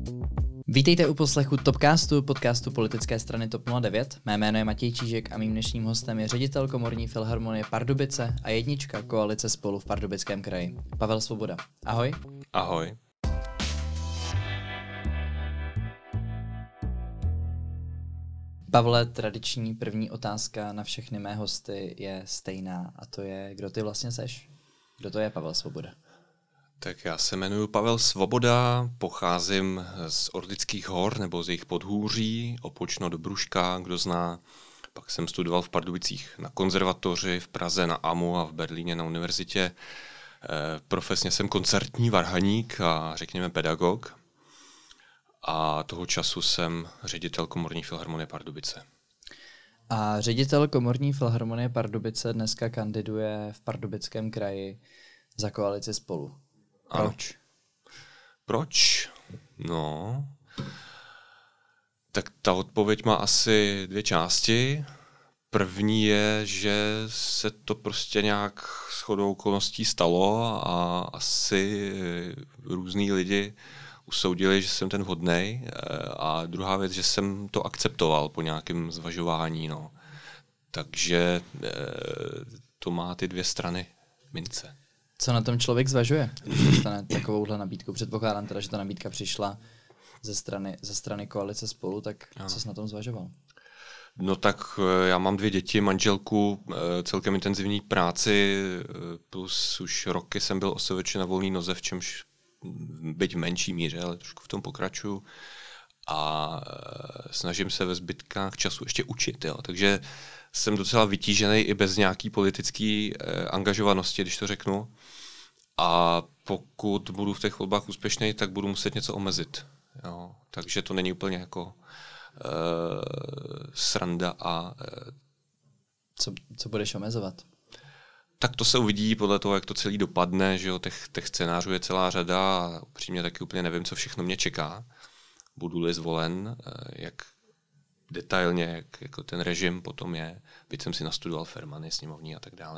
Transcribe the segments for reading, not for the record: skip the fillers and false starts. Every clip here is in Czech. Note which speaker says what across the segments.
Speaker 1: Vítejte u poslechu Topcastu, podcastu politické strany TOP 09. Mé jméno je Matěj Čížek a mým dnešním hostem je ředitel komorní filharmonie Pardubice a jednička koalice Spolu v Pardubickém kraji, Pavel Svoboda. Ahoj.
Speaker 2: Ahoj.
Speaker 1: Pavle, tradiční první otázka na všechny mé hosty je stejná a to je, kdo ty vlastně seš? Kdo to je Pavel Svoboda?
Speaker 2: Tak já se jmenuji Pavel Svoboda, pocházím z Orlických hor nebo z jejich podhůří, Opočno do Bruška, kdo zná. Pak jsem studoval v Pardubicích na konzervatoři, v Praze na AMU a v Berlíně na univerzitě. Profesně jsem koncertní varhaník a řekněme pedagog. A toho času jsem ředitel komorní filharmonie Pardubice.
Speaker 1: A ředitel komorní filharmonie Pardubice dneska kandiduje v Pardubickém kraji za koalici Spolu. Proč?
Speaker 2: Ano. Proč? No, tak ta odpověď má asi dvě části. První je, že se to prostě nějak shodou okolností stalo a asi různý lidi usoudili, že jsem ten vhodnej. A druhá věc, že jsem to akceptoval po nějakém zvažování. No. Takže to má ty dvě strany mince.
Speaker 1: Co na tom člověk zvažuje, když dostane takovouhle nabídku? Předpokládám teda, že ta nabídka přišla ze strany koalice Spolu, tak ano. Co jsi na tom zvažoval?
Speaker 2: No tak já mám 2 děti, manželku, celkem intenzivní práci, plus už roky jsem byl OSVČ na volný noze, v čemž byť v menší míře, ale trošku v tom pokračuju. A snažím se ve zbytkách času ještě učit, jo. Takže jsem docela vytížený i bez nějaký politické angažovanosti, když to řeknu. A pokud budu v těch volbách úspěšný, tak budu muset něco omezit. Jo. Takže to není úplně jako sranda a...
Speaker 1: Co budeš omezovat?
Speaker 2: Tak to se uvidí podle toho, jak to celý dopadne, že jo, těch scénářů je celá řada a upřímně taky úplně nevím, co všechno mě čeká. Budu-li zvolen, jak detailně, jak jako ten režim potom je, byť jsem si nastudoval Fermany, sněmovní a tak dále.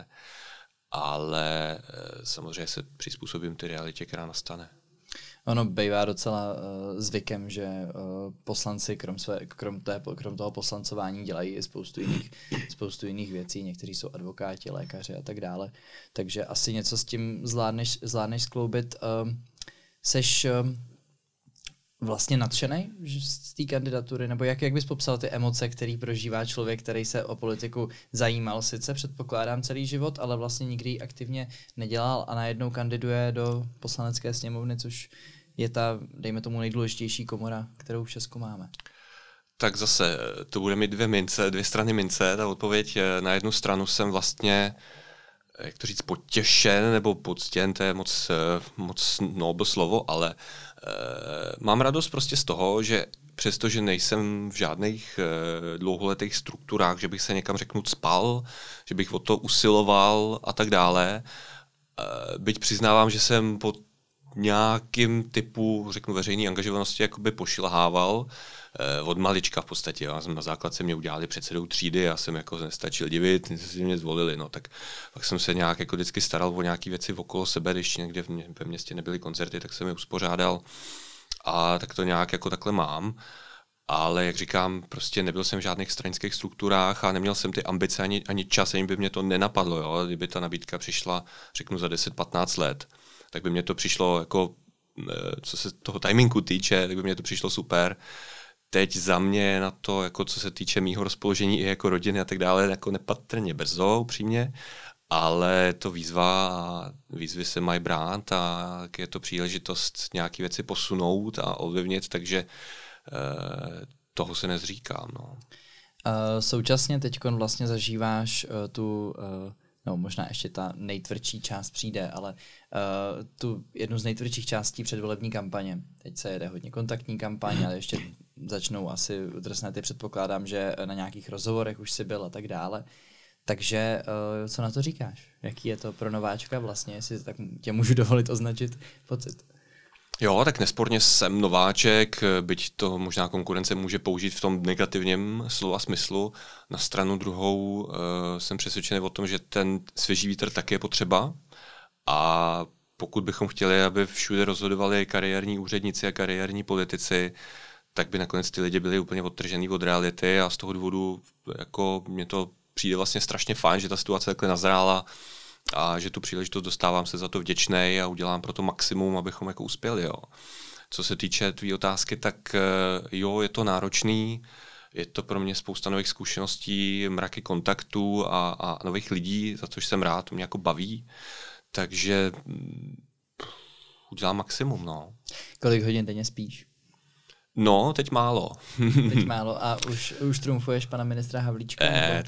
Speaker 2: Ale samozřejmě se přizpůsobím ty realitě, která nastane.
Speaker 1: Ono bývá docela zvykem, že poslanci krom toho poslancování dělají i spoustu jiných věcí. Někteří jsou advokáti, lékaři a tak dále. Takže asi něco s tím zvládneš skloubit. Seš vlastně nadšenej z té kandidatury? Nebo jak bys popsal ty emoce, který prožívá člověk, který se o politiku zajímal sice, předpokládám, celý život, ale vlastně nikdy ji aktivně nedělal a najednou kandiduje do poslanecké sněmovny, což je ta, dejme tomu, nejdůležitější komora, kterou v Česku máme.
Speaker 2: Tak zase, to bude mít dvě strany mince. Ta odpověď, na jednu stranu jsem vlastně, jak to říct, potěšen nebo poctěn, to je moc nobl slovo, ale mám radost prostě z toho, že přestože nejsem v žádných dlouholetých strukturách, že bych se někam řeknout spal, že bych o to usiloval a tak dále, byť přiznávám, že jsem po nějakým typu, řeknu, veřejné angažovanosti jakoby pošilhával od malička v podstatě. Já jsem na základce mě udělali předsedou třídy, já jsem jako nestačil divit, si mě zvolili, no tak pak jsem se nějak jako vždycky staral o nějaké věci okolo sebe, když někde ve městě nebyly koncerty, tak jsem je uspořádal a tak to nějak jako takhle mám. Ale jak říkám, prostě nebyl jsem v žádných stranických strukturách a neměl jsem ty ambice ani čas, ani by mě to nenapadlo, jo? Kdyby ta nabídka přišla, řeknu, za 10-15 let, tak by mě to přišlo jako, co se toho timingu týče, tak by mě to přišlo super. Teď za mě na to, jako co se týče mýho rozpoložení i jako rodiny a tak dále, jako nepatrně brzo, upřímně, ale to výzva a výzvy se mají brát a je to příležitost nějaké věci posunout a ovlivnit, takže toho se nezříkám. No.
Speaker 1: Současně teďkon vlastně zažíváš no možná ještě ta nejtvrdší část přijde, ale tu jednu z nejtvrdších částí předvolební kampaně. Teď se jede hodně kontaktní kampaň, ale ještě začnou asi drsnety, předpokládám, že na nějakých rozhovorech už si byl a tak dále. Takže co na to říkáš? Jaký je to pro nováčka vlastně, jestli tak tě můžu dovolit označit pocit?
Speaker 2: Jo, tak nesporně jsem nováček, byť to možná konkurence může použít v tom negativním slova smyslu. Na stranu druhou jsem přesvědčený o tom, že ten svěží vítr taky je potřeba a pokud bychom chtěli, aby všude rozhodovali kariérní úředníci a kariérní politici, tak by nakonec ty lidi byli úplně odtržený od reality a z toho důvodu jako mně to přijde vlastně strašně fajn, že ta situace takhle nazrála a že tu příležitost dostávám se za to vděčnej a udělám pro to maximum, abychom jako uspěli. Jo. Co se týče tvý otázky, tak jo, je to náročný, je to pro mě spousta nových zkušeností, mraky kontaktů a nových lidí, za což jsem rád, to mě jako baví, takže udělám maximum, no.
Speaker 1: Kolik hodin denně spíš?
Speaker 2: No, teď málo.
Speaker 1: Teď málo a už trumfuješ pana ministra Havlíčka?
Speaker 2: Ne.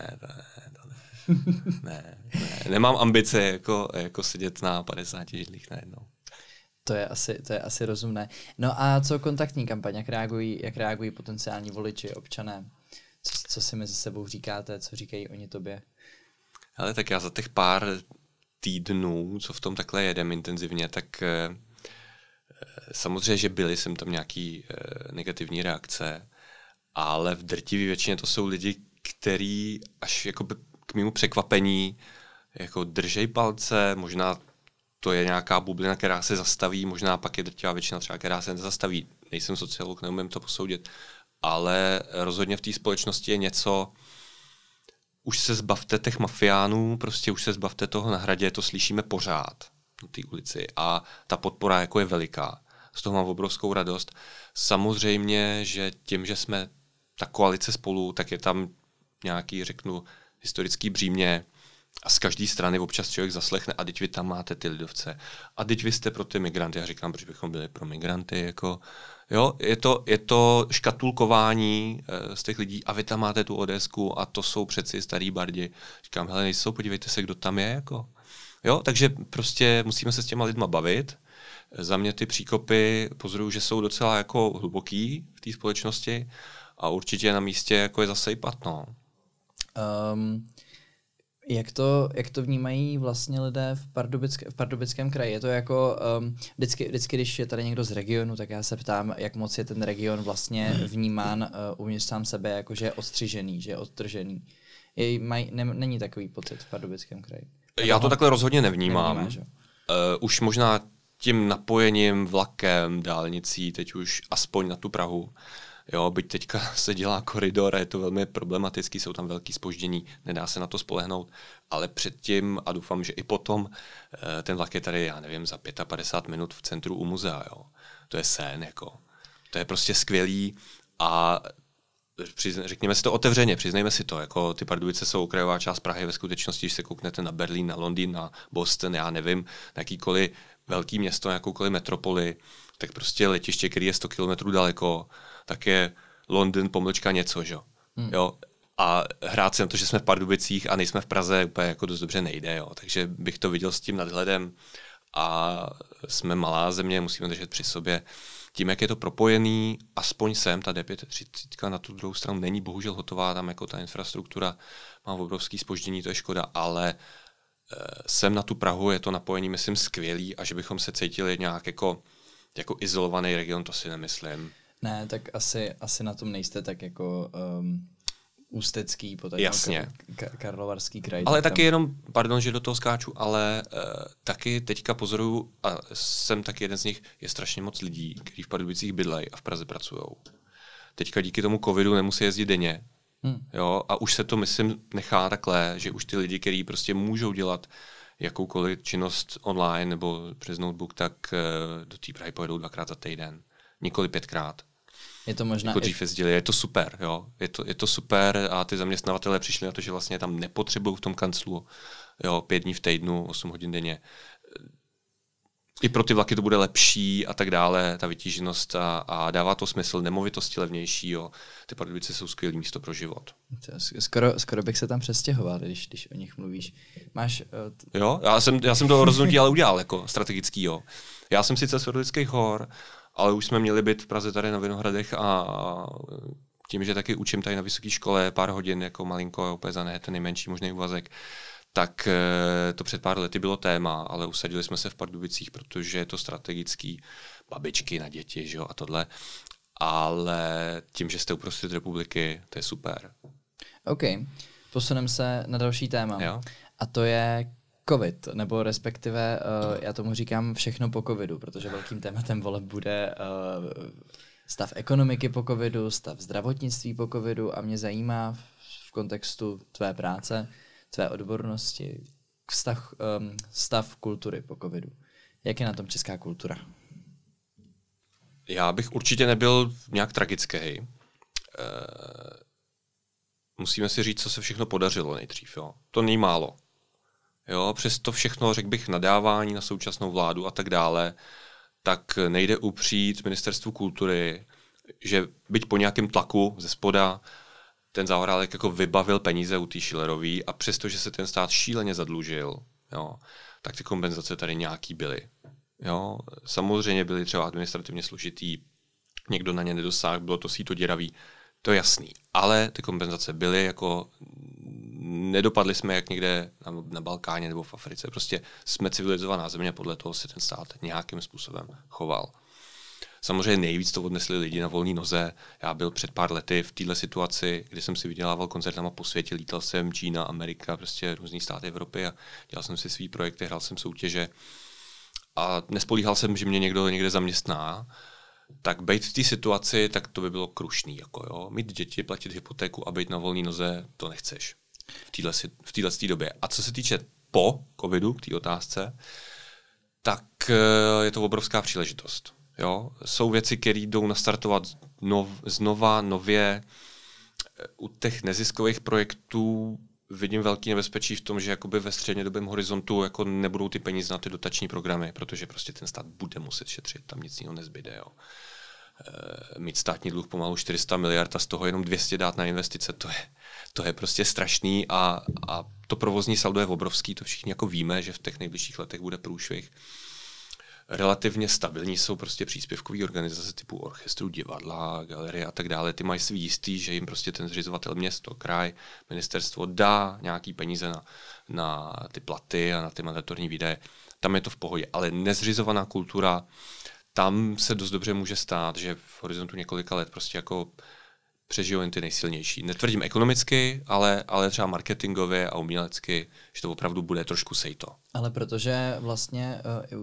Speaker 2: Nemám ambice jako sedět na 50 židlích najednou.
Speaker 1: To je asi rozumné. No a co kontaktní kampaň, jak reagují potenciální voliči, občané? Co si mezi sebou říkáte, co říkají oni tobě?
Speaker 2: Ale tak já za těch pár týdnů, co v tom takhle jedem intenzivně, tak samozřejmě, že byly jsem tam nějaký negativní reakce, ale v drtivé většině to jsou lidi, kteří až jako k mému překvapení jako držej palce, možná to je nějaká bublina, která se zastaví, možná pak je drtivá většina třeba, která se nezastaví. Nejsem sociolog, neumím to posoudit, ale rozhodně v té společnosti je něco, už se zbavte těch mafiánů, prostě už se zbavte toho na Hradě, to slyšíme pořád na té ulici a ta podpora jako je veliká. Z toho mám obrovskou radost. Samozřejmě, že tím, že jsme ta koalice spolu, tak je tam nějaký, řeknu, historický břímě a z každé strany občas člověk zaslechne a teď vy tam máte ty lidovce a teď vy jste pro ty migranty. Já říkám, proč bychom byli pro migranty, jako jo, je to škatulkování z těch lidí a vy tam máte tu ODSku a to jsou přeci starý bardi. Říkám, hele, nejsou, podívejte se, kdo tam je, jako. Jo, takže prostě musíme se s těma lidma bavit. Za mě ty příkopy pozoruju, že jsou docela jako hluboký v té společnosti a určitě na místě jako je zasejpat, no.
Speaker 1: Jak to vnímají vlastně lidé v Pardubickém kraji? Je to jako vždycky, když je tady někdo z regionu, tak já se ptám, jak moc je ten region vlastně vnímán uvnitř sám sebe, jako že je odstřižený, že je odtržený. Není takový pocit v Pardubickém kraji?
Speaker 2: Já to takhle rozhodně nevnímám. Už možná tím napojením vlakem, dálnicí, teď už aspoň na tu Prahu. Jo, byť teďka se dělá koridor a je to velmi problematický, jsou tam velký zpoždění, nedá se na to spolehnout, ale předtím a doufám, že i potom ten vlak je tady, já nevím, za 55 minut v centru u muzea, jo. To je sen, jako. To je prostě skvělý a řekněme si to otevřeně, přiznejme si to, jako ty Pardubice jsou okrajová část Prahy, ve skutečnosti, když se kouknete na Berlín, na Londýn, na Boston, já nevím, na jakýkoliv velký město, na jakoukoliv metropoli, tak prostě letiště, který je 100 kilometrů daleko, tak je Londýn pomlčka něco, že? Jo. A hrát si na to, že jsme v Pardubicích a nejsme v Praze, úplně jako dost dobře nejde, jo. Takže bych to viděl s tím nadhledem a jsme malá země, musíme držet při sobě. Tím, jak je to propojený, aspoň sem, ta D35 na tu druhou stranu není bohužel hotová, tam jako ta infrastruktura má obrovský zpoždění, to je škoda, ale sem na tu Prahu je to napojení, myslím, skvělý a že bychom se cítili nějak jako izolovaný region, to si nemyslím.
Speaker 1: Ne, tak asi na tom nejste tak jako Ústecký, potažmo Karlovarský kraj.
Speaker 2: Ale taky jenom, pardon, že do toho skáču, ale taky teďka pozoruju, a jsem taky jeden z nich, je strašně moc lidí, kteří v Pardubicích bydlejí a v Praze pracujou. Teďka díky tomu covidu nemusí jezdit denně. Jo, a už se to, myslím, nechá takhle, že už ty lidi, kteří prostě můžou dělat jakoukoliv činnost online nebo přes notebook, tak do té Prahy pojedou 2krát za týden. Nikoli 5krát.
Speaker 1: Je to možná
Speaker 2: jako dřív jezdili. Je to super, jo. Je to super a ty zaměstnavatelé přišli na to, že vlastně tam nepotřebují v tom kanclu, jo, 5 dní v týdnu, 8 hodin denně. I pro ty vlaky to bude lepší a tak dále, ta vytíženost a dává to smysl, nemovitosti levnější, jo. Ty Pardubice jsou skvělé místo pro život.
Speaker 1: Skoro bych se tam přestěhoval, když o nich mluvíš. Máš...
Speaker 2: Jo, já jsem to rozhodnutí ale udělal, jako strategický, jo. Já jsem sice z Orlických hor, ale už jsme měli být v Praze tady na Vinohradech a tím, že taky učím tady na vysoké škole pár hodin jako malinko a úplně za ten nejmenší možný úvazek, tak to před pár lety bylo téma, ale usadili jsme se v Pardubicích, protože je to strategický, babičky na děti, že jo, a tohle. Ale tím, že jste uprostřed republiky, to je super.
Speaker 1: OK, posuneme se na další téma.
Speaker 2: Jo?
Speaker 1: A to je COVID, nebo respektive já tomu říkám všechno po covidu, protože velkým tématem voleb bude stav ekonomiky po covidu, stav zdravotnictví po covidu a mě zajímá v kontextu tvé práce, tvé odbornosti, stav kultury po covidu. Jak je na tom česká kultura?
Speaker 2: Já bych určitě nebyl nějak tragický. Musíme si říct, co se všechno podařilo nejdřív. Jo. To není málo. Jo, přesto všechno, řekl bych, nadávání na současnou vládu a tak dále, tak nejde upřít ministerstvu kultury, že byť po nějakém tlaku ze spoda ten Zaorálek jako vybavil peníze u té Schillerový a přesto, že se ten stát šíleně zadlužil, jo, tak ty kompenzace tady nějaký byly. Jo. Samozřejmě byly třeba administrativně složitý, někdo na ně nedosáhl, bylo to síto děravý, to je jasný. Ale ty kompenzace byly, jako nedopadli jsme jak někde na Balkáně nebo v Africe. Prostě jsme civilizovaná země, podle toho se ten stát nějakým způsobem choval. Samozřejmě nejvíc to odnesli lidi na volné noze. Já byl před pár lety v této situaci, kdy jsem si vydělával koncertama po světě, lítal jsem Čína, Amerika, prostě různý státy Evropy a dělal jsem si svý projekty, hrál jsem soutěže a nespolíhal jsem, že mě někdo někde zaměstná. Tak být v té situaci, tak to by bylo krušný. Jako jo. Mít děti, platit hypotéku a být na volné noze, to nechceš v této době. A co se týče po covidu, k té otázce, tak je to obrovská příležitost. Jo. Jsou věci, které jdou nastartovat nově. U těch neziskových projektů vidím velký nebezpečí v tom, že jakoby ve střednědobém horizontu jako nebudou ty peníze na ty dotační programy, protože prostě ten stát bude muset šetřit, tam nic jiného nezbyde. Jo. Mít státní dluh pomalu 400 miliard a z toho jenom 200 dát na investice, to je prostě strašný a to provozní saldo je obrovský, to všichni jako víme, že v těch nejbližších letech bude průšvih. Relativně stabilní jsou prostě příspěvkové organizace typu orchestru, divadla, galerie a tak dále. Ty mají svý jistý, že jim prostě ten zřizovatel, město, kraj, ministerstvo dá nějaký peníze na ty platy a na ty mandatorní výdaje. Tam je to v pohodě. Ale nezřizovaná kultura, tam se dost dobře může stát, že v horizontu několika let prostě jako přežijou jen ty nejsilnější. Netvrdím ekonomicky, ale třeba marketingově a umělecky, že to opravdu bude trošku sejto.
Speaker 1: Ale protože vlastně i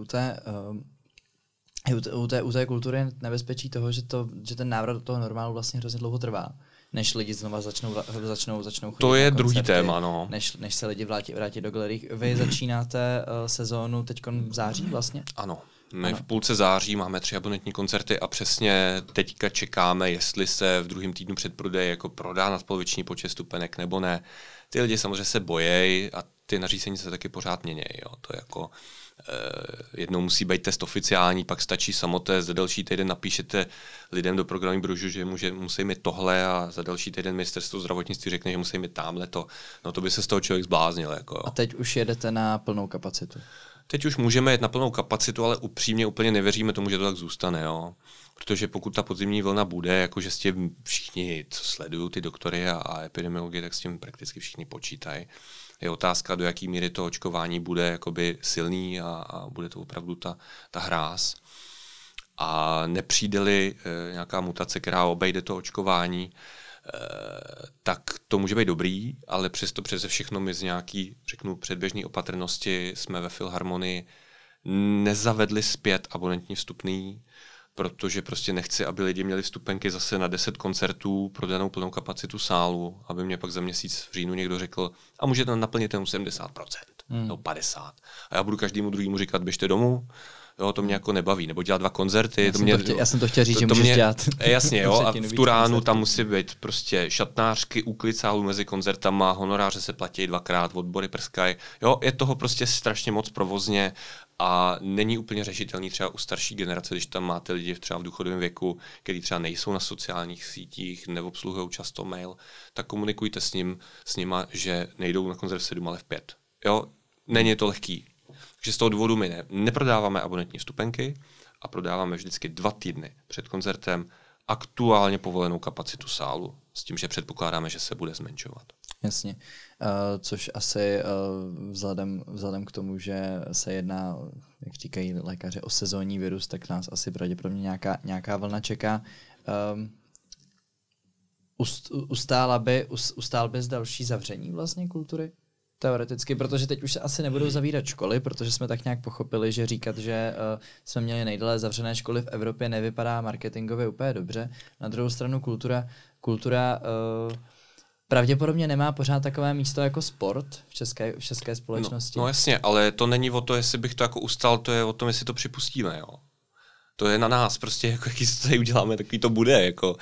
Speaker 1: u té kultury je nebezpečí toho, že ten návrat do toho normálu vlastně hrozně dlouho trvá, než lidi znova začnou chodit.
Speaker 2: To je
Speaker 1: na
Speaker 2: druhý
Speaker 1: koncerty,
Speaker 2: téma, no.
Speaker 1: Než se lidi vrátí do galerii. Vy začínáte sezónu teď v září vlastně?
Speaker 2: Ano. My v půlce září máme 3 abonentní koncerty a přesně teďka čekáme, jestli se v druhém týdnu předprodeje jako prodá nadpoloviční počet stupenek nebo ne. Ty lidi samozřejmě se bojejí a ty nařízení se taky pořád měnějí. To jako jednou musí být test oficiální, pak stačí samotest, za další týden napíšete lidem do programu brožu, že musí mít tohle a za další týden ministerstvo zdravotnictví řekne, že musí mít tamhleto. No to by se z toho člověk zbláznil. Jako, jo.
Speaker 1: A teď už jedete na plnou kapacitu.
Speaker 2: Teď už můžeme jet na plnou kapacitu, ale upřímně úplně nevěříme tomu, že to tak zůstane. Jo? Protože pokud ta podzimní vlna bude, jakože s tím všichni, co sledují ty doktory a epidemiology, tak s tím prakticky všichni počítají. Je otázka, do jaký míry to očkování bude jakoby silný a bude to opravdu ta hráz. A nepřijde-li nějaká mutace, která obejde to očkování, tak to může být dobrý, ale přesto přeze všechno my z nějaký, řeknu, předběžné opatrnosti jsme ve Filharmonii nezavedli zpět abonentní vstupný, protože prostě nechci, aby lidi měli vstupenky zase na 10 koncertů pro danou plnou kapacitu sálu, aby mě pak za měsíc v říjnu někdo řekl, a můžete naplnit jen 70%, nebo 50%. A já budu každému druhému říkat, běžte domů, jo, to mě jako nebaví, nebo dělat 2 koncerty.
Speaker 1: Já jsem to chtěl říct, že můžeš dělat.
Speaker 2: Jasně, jo, a v tu ránu tam musí být prostě šatnářky, úklid sálu mezi koncertama, honoráře se platí 2krát, odbory prskají. Jo, je toho prostě strašně moc provozně a není úplně řešitelný třeba u starší generace, když tam máte lidi třeba v důchodovém věku, kteří třeba nejsou na sociálních sítích, neobsluhují často mail, tak komunikujte s nima, že nejdou na koncert v 7, ale v 5. Jo, není to lehký. Takže z toho důvodu my neprodáváme abonentní vstupenky a prodáváme vždycky 2 týdny před koncertem aktuálně povolenou kapacitu sálu, s tím, že předpokládáme, že se bude zmenšovat.
Speaker 1: Jasně, což asi vzhledem k tomu, že se jedná, jak říkají lékaři, o sezónní virus, tak nás asi pravděpodobně nějaká vlna čeká. Ustál bys další zavření vlastně kultury? Teoreticky, protože teď už se asi nebudou zavírat školy, protože jsme tak nějak pochopili, že říkat, že jsme měli nejdéle zavřené školy v Evropě, nevypadá marketingově úplně dobře. Na druhou stranu kultura pravděpodobně nemá pořád takové místo jako sport v české společnosti.
Speaker 2: No jasně, ale to není o to, jestli bych to jako ustal, to je o tom, jestli to připustíme, jo. To je na nás, prostě, jako, jaký to tady uděláme, takový to bude, jako.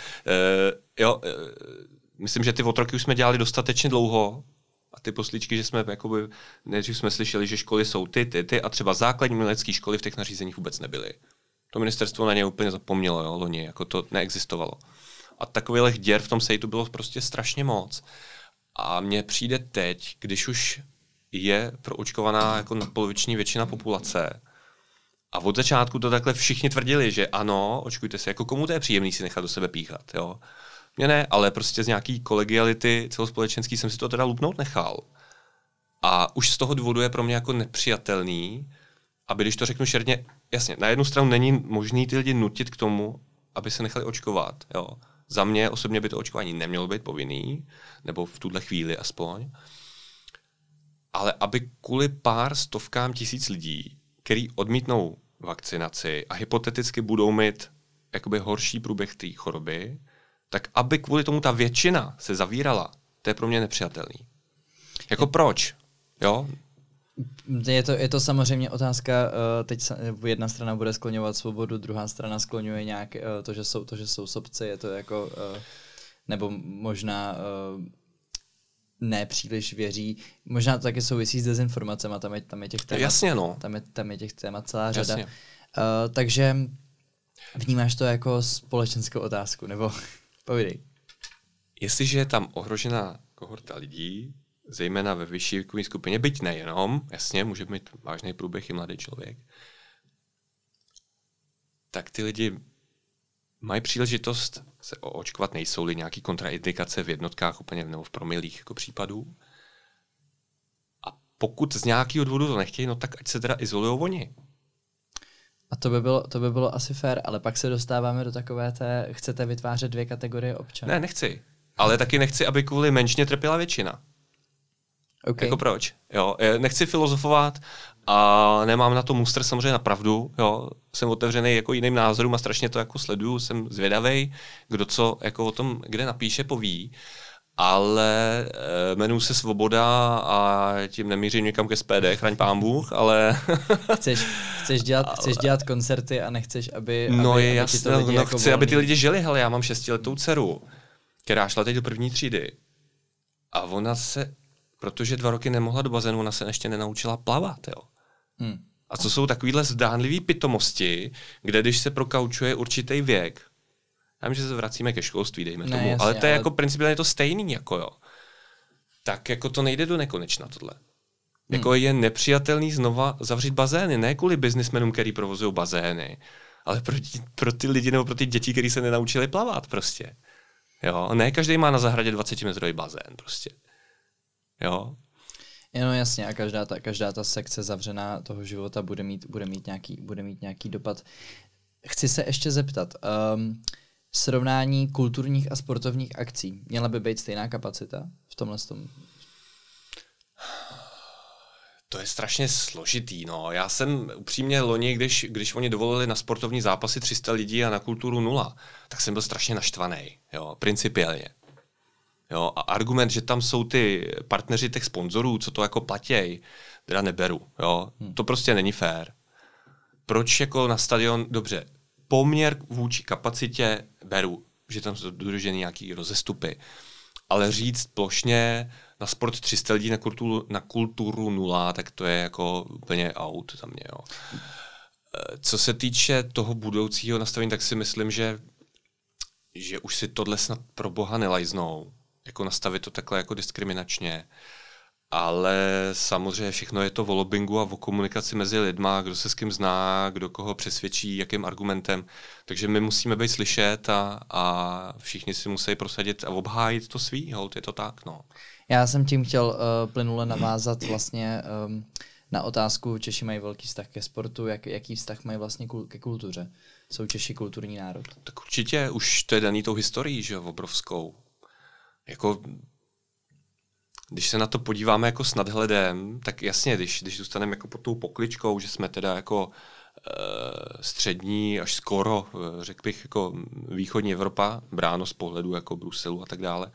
Speaker 2: Myslím, že ty otroky už jsme dělali dostatečně dlouho a ty posličky, že jsme, jakoby, nejdřív jsme slyšeli, že školy jsou ty a třeba základní umělecké školy v těch nařízeních vůbec nebyly. To ministerstvo na ně úplně zapomnělo, jo, loni, jako to neexistovalo. A takových děr v tom sejtu bylo prostě strašně moc. A mně přijde teď, když už je proočkovaná jako nadpoloviční většina populace, a od začátku to takhle všichni tvrdili, že ano, očkujte se, jako komu to je příjemný si nechat do sebe píchat, jo. Mně ne, ale prostě z nějaký kolegiality celospolečenský jsem si to teda lupnout nechal. A už z toho důvodu je pro mě jako nepřijatelný, aby když to řeknu šerně, jasně, na jednu stranu není možný ty lidi nutit k tomu, aby se nechali očkovat, jo. Za mě osobně by to očkování nemělo být povinný, nebo v tuhle chvíli aspoň, ale aby kvůli pár stovkám tisíc lidí, který odmítnou vakcinaci a hypoteticky budou mít jakoby horší průběh té choroby, tak aby kvůli tomu ta většina se zavírala, to je pro mě nepřijatelný. Jako proč? Jo?
Speaker 1: Je to samozřejmě otázka, teď jedna strana bude skloňovat svobodu, druhá strana skloňuje nějak to, že jsou sobci, je to jako, nebo možná ne příliš věří. Možná to taky souvisí s dezinformacemi, tam je těch témat.
Speaker 2: Jasně, no.
Speaker 1: Tam je těch témat celá řada. Takže vnímáš to jako společenskou otázku, nebo povídej.
Speaker 2: Jestliže je tam ohrožená kohorta lidí, zejména ve vyšší věkové skupině, byť nejenom, jasně, může mít vážný průběh i mladý člověk, tak ty lidi mají příležitost se očkovat, nejsou-li nějaký kontraindikace v jednotkách úplně nebo v promilích jako případů. A pokud z nějakého důvodu to nechtějí, no tak ať se teda izolujou oni.
Speaker 1: A to by bylo asi fér, ale pak se dostáváme do takové té, chcete vytvářet dvě kategorie občanů.
Speaker 2: Ne, nechci. Ale taky nechci, aby kvůli menšině trpěla většina.
Speaker 1: Okay.
Speaker 2: Jako proč? Jo, nechci filozofovat a nemám na to mustr samozřejmě na pravdu. Jo. Jsem otevřený jako jiným názorům a strašně to jako sleduju, jsem zvědavej, kdo co jako o tom, kde napíše, poví. Ale jmenuji se Svoboda a tím nemířím někam ke SPD, chraň pán Bůh, ale...
Speaker 1: chceš dělat koncerty a nechceš, aby
Speaker 2: no je jasné,
Speaker 1: no, jako
Speaker 2: chci, aby ty lidi žili. Hele, já mám 6letou dceru, která šla teď do 1. třídy. A ona se, protože 2 roky nemohla do bazénu, ona se ještě nenaučila plavat, jo. A co jsou takovýhle zdánlivý pitomosti, kde když se prokaučuje určitý věk, já vím, že se vracíme ke školství, dejme tomu, jasně, ale to je jako principiálně to stejný, jako jo. Tak jako to nejde do nekonečna tohle. Jako je nepřijatelný znova zavřít bazény, ne kvůli biznismenům, který provozují bazény, ale pro ty lidi nebo pro ty děti, kteří se nenaučili plavat prostě. Jo, ne každý má na zahradě 20metrový bazén prostě. Jo.
Speaker 1: No jasně, a každá ta sekce zavřená toho života bude mít nějaký dopad. Chci se ještě zeptat, srovnání kulturních a sportovních akcí. Měla by být stejná kapacita v tomhle tom?
Speaker 2: To je strašně složitý, no. Já jsem upřímně loni, když oni dovolili na sportovní zápasy 300 lidí a na kulturu 0, tak jsem byl strašně naštvaný, jo, principiálně. Jo, a argument, že tam jsou ty partneři těch sponzorů, co to jako platěj, teda neberu, jo. To prostě není fér. Proč jako na stadion, dobře, poměr vůči kapacitě beru, že tam jsou dodržený nějaký rozestupy, ale říct plošně na sport 300 lidí, na kulturu 0, tak to je jako úplně out za mě, jo. Co se týče toho budoucího nastavení, tak si myslím, že už si tohle snad pro boha nelajznou, jako nastavit to takhle jako diskriminačně, ale samozřejmě všechno je to o lobbingu a o komunikaci mezi lidma, kdo se s kým zná, kdo koho přesvědčí, jakým argumentem, takže my musíme být slyšet a všichni si musí prosadit a obhájit to svý, holt, je to tak, no.
Speaker 1: Já jsem tím chtěl plynule navázat vlastně na otázku, Češi mají velký vztah ke sportu, jaký vztah mají vlastně ke kultuře. Jsou Češi kulturní národ?
Speaker 2: Tak určitě, už to je daný tou historií, že jo, obrovskou. Jako když se na to podíváme jako s nadhledem, tak jasně, když zůstaneme jako pod tou pokličkou, že jsme teda jako střední až skoro, řekl bych, jako východní Evropa, bráno z pohledu jako Bruselu a tak dále,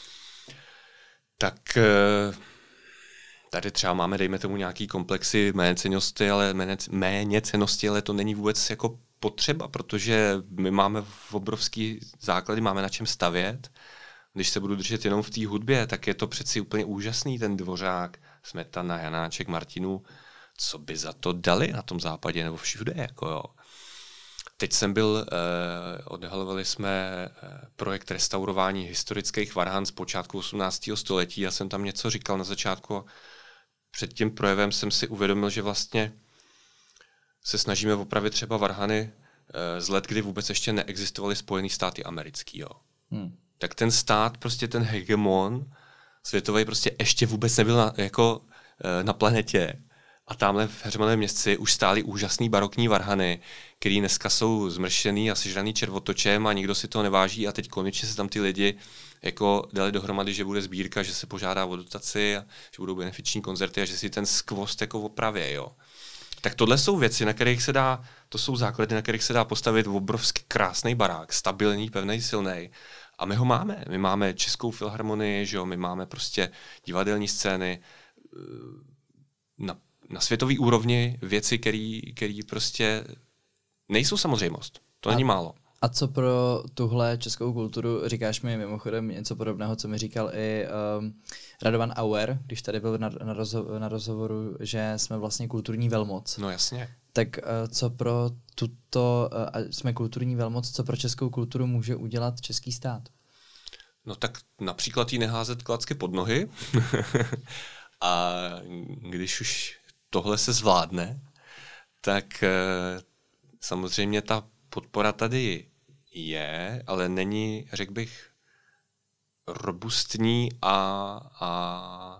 Speaker 2: tak tady třeba máme, dejme tomu, nějaký komplexy méněcennosti, ale to není vůbec jako potřeba, protože my máme obrovský základy, máme na čem stavět. Když se budu držet jenom v té hudbě, tak je to přeci úplně úžasný, ten Dvořák, Smetana, Janáček, Martinů, co by za to dali na tom západě nebo všude, jako jo. Teď jsem byl, odhalovali jsme projekt restaurování historických varhan z počátku 18. století. Já jsem tam něco říkal na začátku. Před tím projevem jsem si uvědomil, že vlastně se snažíme opravit třeba varhany z let, kdy vůbec ještě neexistovaly Spojené státy americký. Jo. Tak ten stát, prostě ten hegemon světový prostě ještě vůbec nebyl na planetě. A tamhle v Heřmanově Městci už stály úžasný barokní varhany, který dneska jsou zmršený a sežraný červotočem a nikdo si toho neváží a teď konečně se tam ty lidi jako dali dohromady, že bude sbírka, že se požádá o dotaci a že budou benefiční koncerty a že si ten skvost jako opraví, jo. Tak tohle jsou věci, na kterých se dá, to jsou základy, na kterých se dá postavit obrovský krásný barák, stabilní, pevný, silný. A my ho máme. My máme Českou filharmonii, že jo, my máme prostě divadelní scény, na světové úrovni věci, které prostě nejsou samozřejmost. To není málo.
Speaker 1: A co pro tuhle českou kulturu, říkáš mi mimochodem něco podobného, co mi říkal i Radovan Auer, když tady byl na rozhovoru, že jsme vlastně kulturní velmoc.
Speaker 2: No jasně.
Speaker 1: Tak co pro jsme kulturní velmoc, co pro českou kulturu může udělat český stát?
Speaker 2: No tak například jí neházet klacky pod nohy a když už tohle se zvládne, tak samozřejmě ta podpora tady je, ale není, řekl bych, robustní a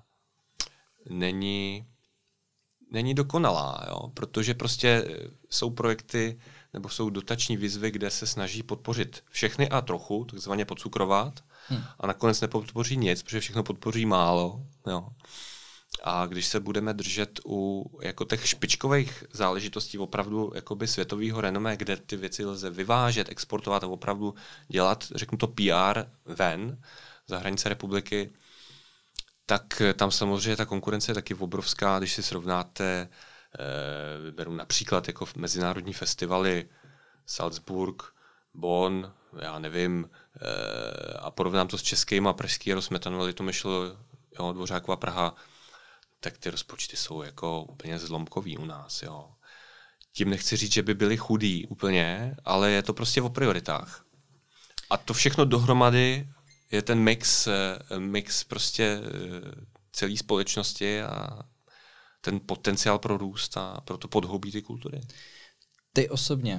Speaker 2: není dokonalá, jo? Protože prostě jsou projekty nebo jsou dotační výzvy, kde se snaží podpořit všechny a trochu, takzvaně podcukrovat, a nakonec nepodpoří nic, protože všechno podpoří málo. Jo? A když se budeme držet u jako těch špičkových záležitostí opravdu jakoby světového renomé, kde ty věci lze vyvážet, exportovat a opravdu dělat, řeknu to PR ven za hranice republiky, tak tam samozřejmě ta konkurence je taky obrovská, když si srovnáte, beru například jako mezinárodní festivaly Salzburg, Bonn, já nevím, a porovnám to s českým a pražský Smetanu, ale to myšlo Dvořákova Praha, tak ty rozpočty jsou jako úplně zlomkový u nás. Jo. Tím nechci říct, že by byli chudí úplně, ale je to prostě o prioritách. A to všechno dohromady je ten mix prostě celé společnosti a ten potenciál pro růst a pro to podhoubí ty kultury.
Speaker 1: Ty osobně,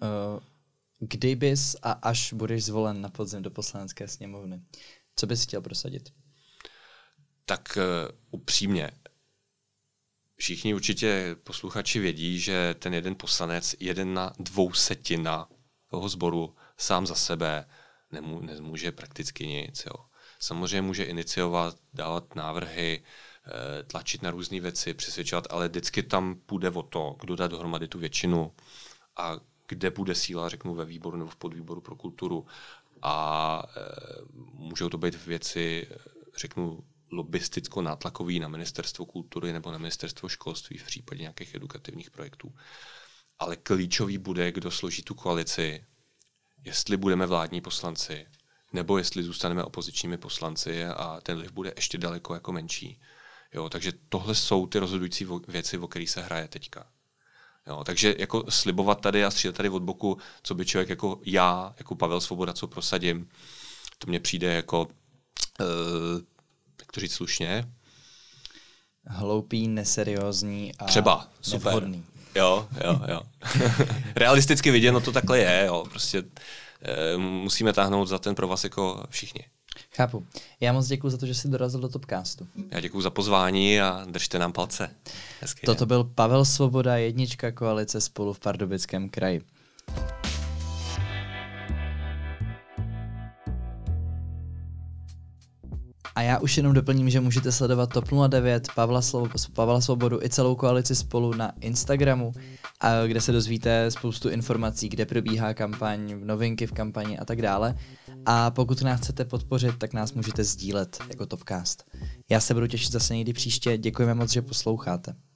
Speaker 1: kdybys a až budeš zvolen na podzim do Poslanecké sněmovny, co bys chtěl prosadit?
Speaker 2: Tak upřímně, všichni určitě posluchači vědí, že ten jeden poslanec, 1/2 toho sboru sám za sebe nemůže prakticky nic. Jo. Samozřejmě může iniciovat, dávat návrhy, tlačit na různé věci, přesvědčovat, ale vždycky tam půjde o to, kdo dá dohromady tu většinu a kde bude síla, řeknu, ve výboru nebo v podvýboru pro kulturu. A můžou to být věci, řeknu, lobbysticko-nátlakový na ministerstvo kultury nebo na ministerstvo školství v případě nějakých edukativních projektů. Ale klíčový bude, kdo složí tu koalici, jestli budeme vládní poslanci, nebo jestli zůstaneme opozičními poslanci a ten vliv bude ještě daleko jako menší. Jo, takže tohle jsou ty rozhodující věci, o kterých se hraje teďka. Jo, takže jako slibovat tady a střílet tady od boku, co by člověk jako já, jako Pavel Svoboda, co prosadím, to mně přijde jako jak to říct slušně?
Speaker 1: Hloupý, neseriózní a
Speaker 2: třeba,
Speaker 1: nevhodný.
Speaker 2: Jo. Realisticky viděno to takhle je, jo. Prostě musíme táhnout za ten provaz jako všichni.
Speaker 1: Chápu. Já moc děkuji za to, že jsi dorazil do Topcastu.
Speaker 2: Já děkuji za pozvání a držte nám palce. Hezký
Speaker 1: Toto
Speaker 2: den.
Speaker 1: byl Pavel Svoboda, jednička koalice Spolu v Pardubickém kraji. A já už jenom doplním, že můžete sledovat TOP 09, Pavla Svobodu i celou koalici Spolu na Instagramu, kde se dozvíte spoustu informací, kde probíhá kampaň, novinky v kampani a tak dále. A pokud nás chcete podpořit, tak nás můžete sdílet jako Topcast. Já se budu těšit zase někdy příště, děkujeme moc, že posloucháte.